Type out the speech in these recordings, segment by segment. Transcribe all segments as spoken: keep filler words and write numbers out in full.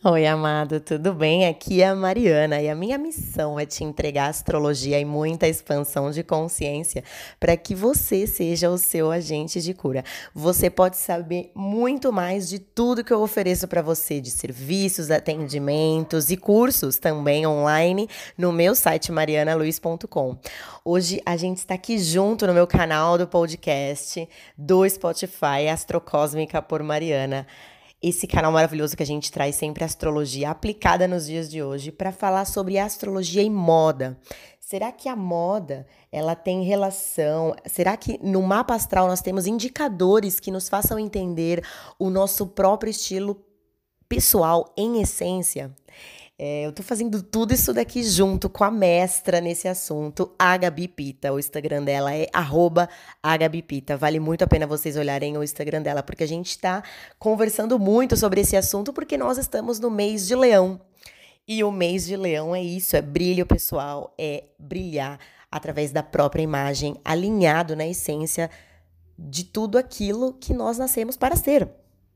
Oi, amado, tudo bem? Aqui é a Mariana e a minha missão é te entregar astrologia e muita expansão de consciência para que você seja o seu agente de cura. Você pode saber muito mais de tudo que eu ofereço para você, de serviços, atendimentos e cursos também online no meu site mariana luiz ponto com. Hoje a gente está aqui junto no meu canal do podcast do Spotify Astrocósmica por Mariana. Esse canal maravilhoso que a gente traz sempre astrologia aplicada nos dias de hoje para falar sobre astrologia e moda. Será que a moda, ela tem relação? Será que no mapa astral nós temos indicadores que nos façam entender o nosso próprio estilo pessoal em essência? É, eu tô fazendo tudo isso daqui junto com a mestra nesse assunto, a Gabi Pita. O Instagram dela é arroba a Gabi Pita. Vale muito a pena vocês olharem o Instagram dela, porque a gente tá conversando muito sobre esse assunto, porque nós estamos no mês de Leão. E o mês de Leão é isso, é brilho pessoal, é brilhar através da própria imagem, alinhado na essência de tudo aquilo que nós nascemos para ser.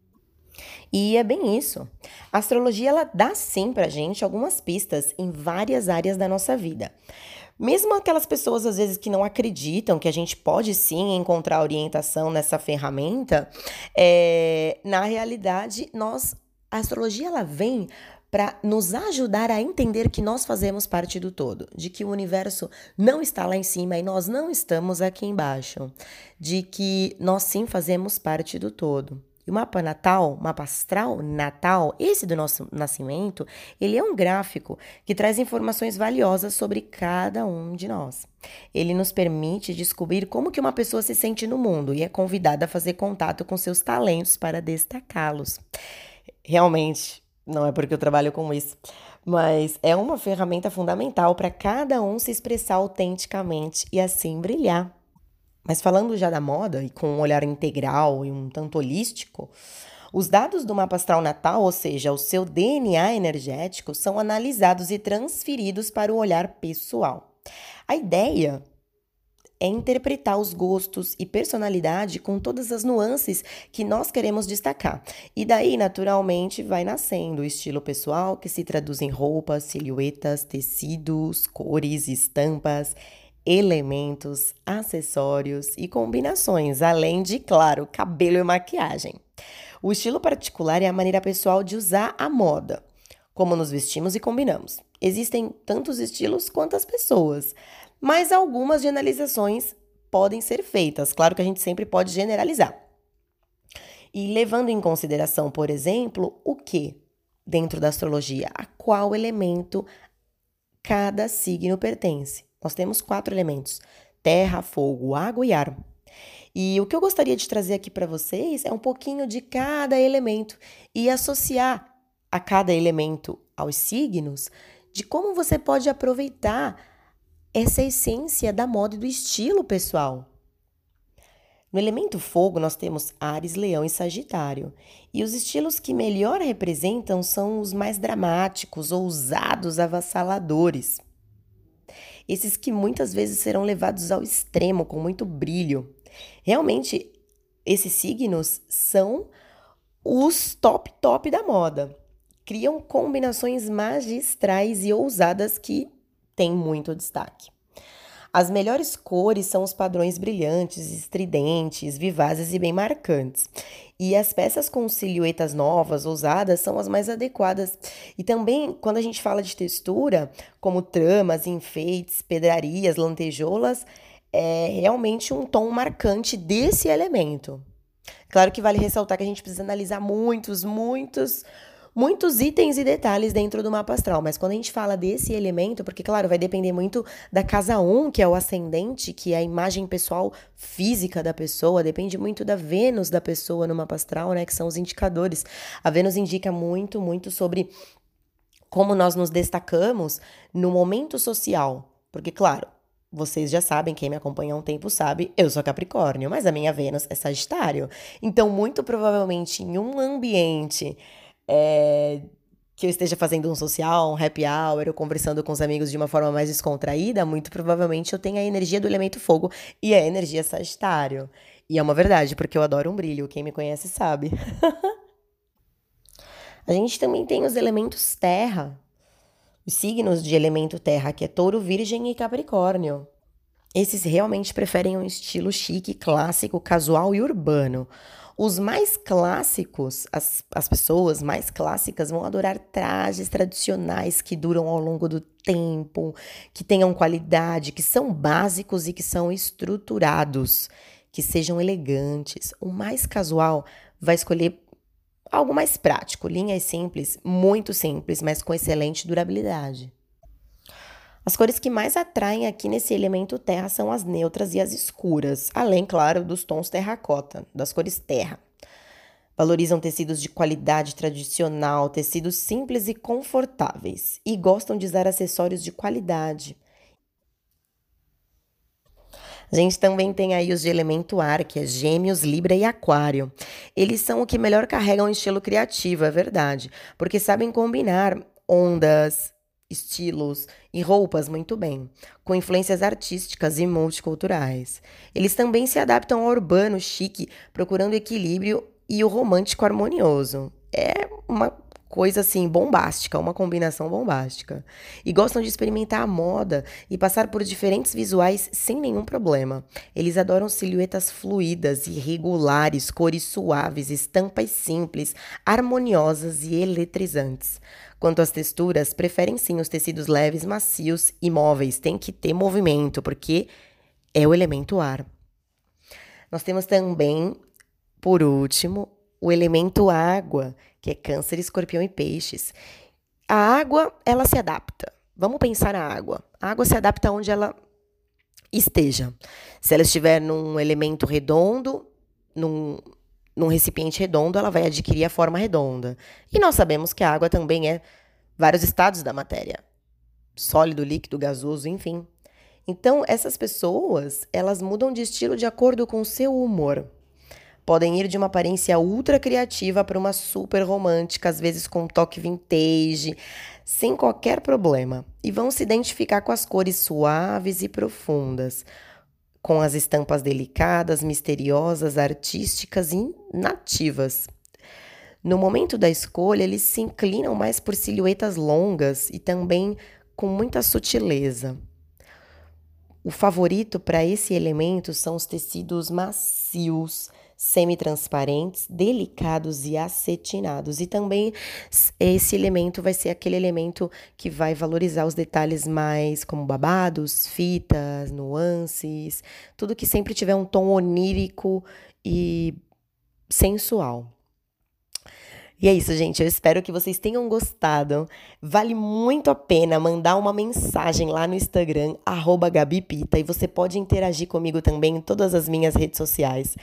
E é bem isso. A astrologia, ela dá sim pra gente algumas pistas em várias áreas da nossa vida. Mesmo aquelas pessoas, às vezes, que não acreditam que a gente pode sim encontrar orientação nessa ferramenta, é, na realidade, nós, a astrologia, ela vem para nos ajudar a entender que nós fazemos parte do todo, de que o universo não está lá em cima e nós não estamos aqui embaixo, de que nós sim fazemos parte do todo. E o mapa natal, mapa astral natal, esse do nosso nascimento, ele é um gráfico que traz informações valiosas sobre cada um de nós. Ele nos permite descobrir como que uma pessoa se sente no mundo e é convidada a fazer contato com seus talentos para destacá-los. Realmente, não é porque eu trabalho com isso, mas é uma ferramenta fundamental para cada um se expressar autenticamente e assim brilhar. Mas falando já da moda e com um olhar integral e um tanto holístico, os dados do mapa astral natal, ou seja, o seu D N A energético, são analisados e transferidos para o olhar pessoal. A ideia é interpretar os gostos e personalidade com todas as nuances que nós queremos destacar. E daí, naturalmente, vai nascendo o estilo pessoal, que se traduz em roupas, silhuetas, tecidos, cores, estampas, elementos, acessórios e combinações, além de, claro, cabelo e maquiagem. O estilo particular é a maneira pessoal de usar a moda, como nos vestimos e combinamos. Existem tantos estilos quanto as pessoas, mas algumas generalizações podem ser feitas. Claro que a gente sempre pode generalizar. E levando em consideração, por exemplo, o que dentro da astrologia, a qual elemento cada signo pertence. Nós temos quatro elementos: terra, fogo, água e ar. E o que eu gostaria de trazer aqui para vocês é um pouquinho de cada elemento e associar a cada elemento aos signos, de como você pode aproveitar essa essência da moda e do estilo pessoal. No elemento fogo, nós temos Áries, Leão e Sagitário. E os estilos que melhor representam são os mais dramáticos, ousados, avassaladores. Esses que muitas vezes serão levados ao extremo, com muito brilho. Realmente, esses signos são os top, top da moda. Criam combinações magistrais e ousadas que têm muito destaque. As melhores cores são os padrões brilhantes, estridentes, vivazes e bem marcantes. E as peças com silhuetas novas, ousadas, são as mais adequadas. E também, quando a gente fala de textura, como tramas, enfeites, pedrarias, lantejoulas, é realmente um tom marcante desse elemento. Claro que vale ressaltar que a gente precisa analisar muitos, muitos... muitos itens e detalhes dentro do mapa astral, mas quando a gente fala desse elemento, porque, claro, vai depender muito da casa um, que é o ascendente, que é a imagem pessoal física da pessoa, depende muito da Vênus da pessoa no mapa astral, né, que são os indicadores. A Vênus indica muito, muito sobre como nós nos destacamos no momento social, porque, claro, vocês já sabem, quem me acompanha há um tempo sabe, eu sou Capricórnio, mas a minha Vênus é Sagitário. Então, muito provavelmente, em um ambiente É, que eu esteja fazendo um social, um happy hour, ou conversando com os amigos de uma forma mais descontraída, muito provavelmente eu tenho a energia do elemento fogo e a energia Sagitário. E é uma verdade, porque eu adoro um brilho, quem me conhece sabe. A gente também tem os elementos terra, os signos de elemento terra, que é Touro, Virgem e Capricórnio. Esses realmente preferem um estilo chique, clássico, casual e urbano. Os mais clássicos, as, as pessoas mais clássicas vão adorar trajes tradicionais que duram ao longo do tempo, que tenham qualidade, que são básicos e que são estruturados, que sejam elegantes. O mais casual vai escolher algo mais prático, linhas simples, muito simples, mas com excelente durabilidade. As cores que mais atraem aqui nesse elemento terra são as neutras e as escuras, além, claro, dos tons terracota, das cores terra. Valorizam tecidos de qualidade tradicional, tecidos simples e confortáveis, e gostam de usar acessórios de qualidade. A gente também tem aí os de elemento ar, que é Gêmeos, Libra e Aquário. Eles são o que melhor carregam o estilo criativo, é verdade, porque sabem combinar ondas, estilos e roupas muito bem, com influências artísticas e multiculturais. Eles também se adaptam ao urbano chique, procurando equilíbrio e o romântico harmonioso. É uma coisa assim bombástica, uma combinação bombástica. E gostam de experimentar a moda e passar por diferentes visuais sem nenhum problema. Eles adoram silhuetas fluídas e regulares, cores suaves, estampas simples, harmoniosas e eletrizantes. Quanto às texturas, preferem sim os tecidos leves, macios e móveis. Tem que ter movimento, porque é o elemento ar. Nós temos também, por último, o elemento água, que é Câncer, Escorpião e Peixes. A água, ela se adapta. Vamos pensar na água. A água se adapta onde ela esteja. Se ela estiver num elemento redondo, num, num recipiente redondo, ela vai adquirir a forma redonda. E nós sabemos que a água também é vários estados da matéria. Sólido, líquido, gasoso, enfim. Então, essas pessoas, elas mudam de estilo de acordo com o seu humor. Podem ir de uma aparência ultra criativa para uma super romântica, às vezes com um toque vintage, sem qualquer problema. E vão se identificar com as cores suaves e profundas, com as estampas delicadas, misteriosas, artísticas e nativas. No momento da escolha, eles se inclinam mais por silhuetas longas e também com muita sutileza. O favorito para esse elemento são os tecidos macios, semi-transparentes, delicados e acetinados. E também esse elemento vai ser aquele elemento que vai valorizar os detalhes mais como babados, fitas, nuances, tudo que sempre tiver um tom onírico e sensual. E é isso, gente. Eu espero que vocês tenham gostado. Vale muito a pena mandar uma mensagem lá no Instagram, arroba Gabipita, e você pode interagir comigo também em todas as minhas redes sociais.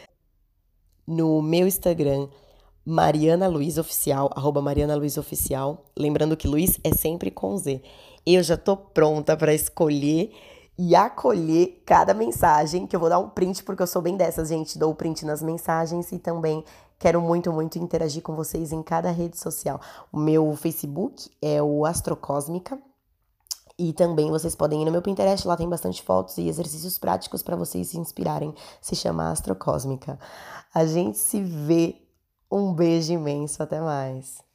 No meu Instagram, Mariana Luiz Oficial, arroba Mariana Luiz Oficial. Lembrando que Luiz é sempre com Z. Eu já tô pronta para escolher e acolher cada mensagem, que eu vou dar um print, porque eu sou bem dessas, gente. Dou o print nas mensagens e também quero muito, muito interagir com vocês em cada rede social. O meu Facebook é o Astrocósmica. E também vocês podem ir no meu Pinterest, lá tem bastante fotos e exercícios práticos para vocês se inspirarem. Se chama Astrocósmica. A gente se vê. Um beijo imenso, até mais.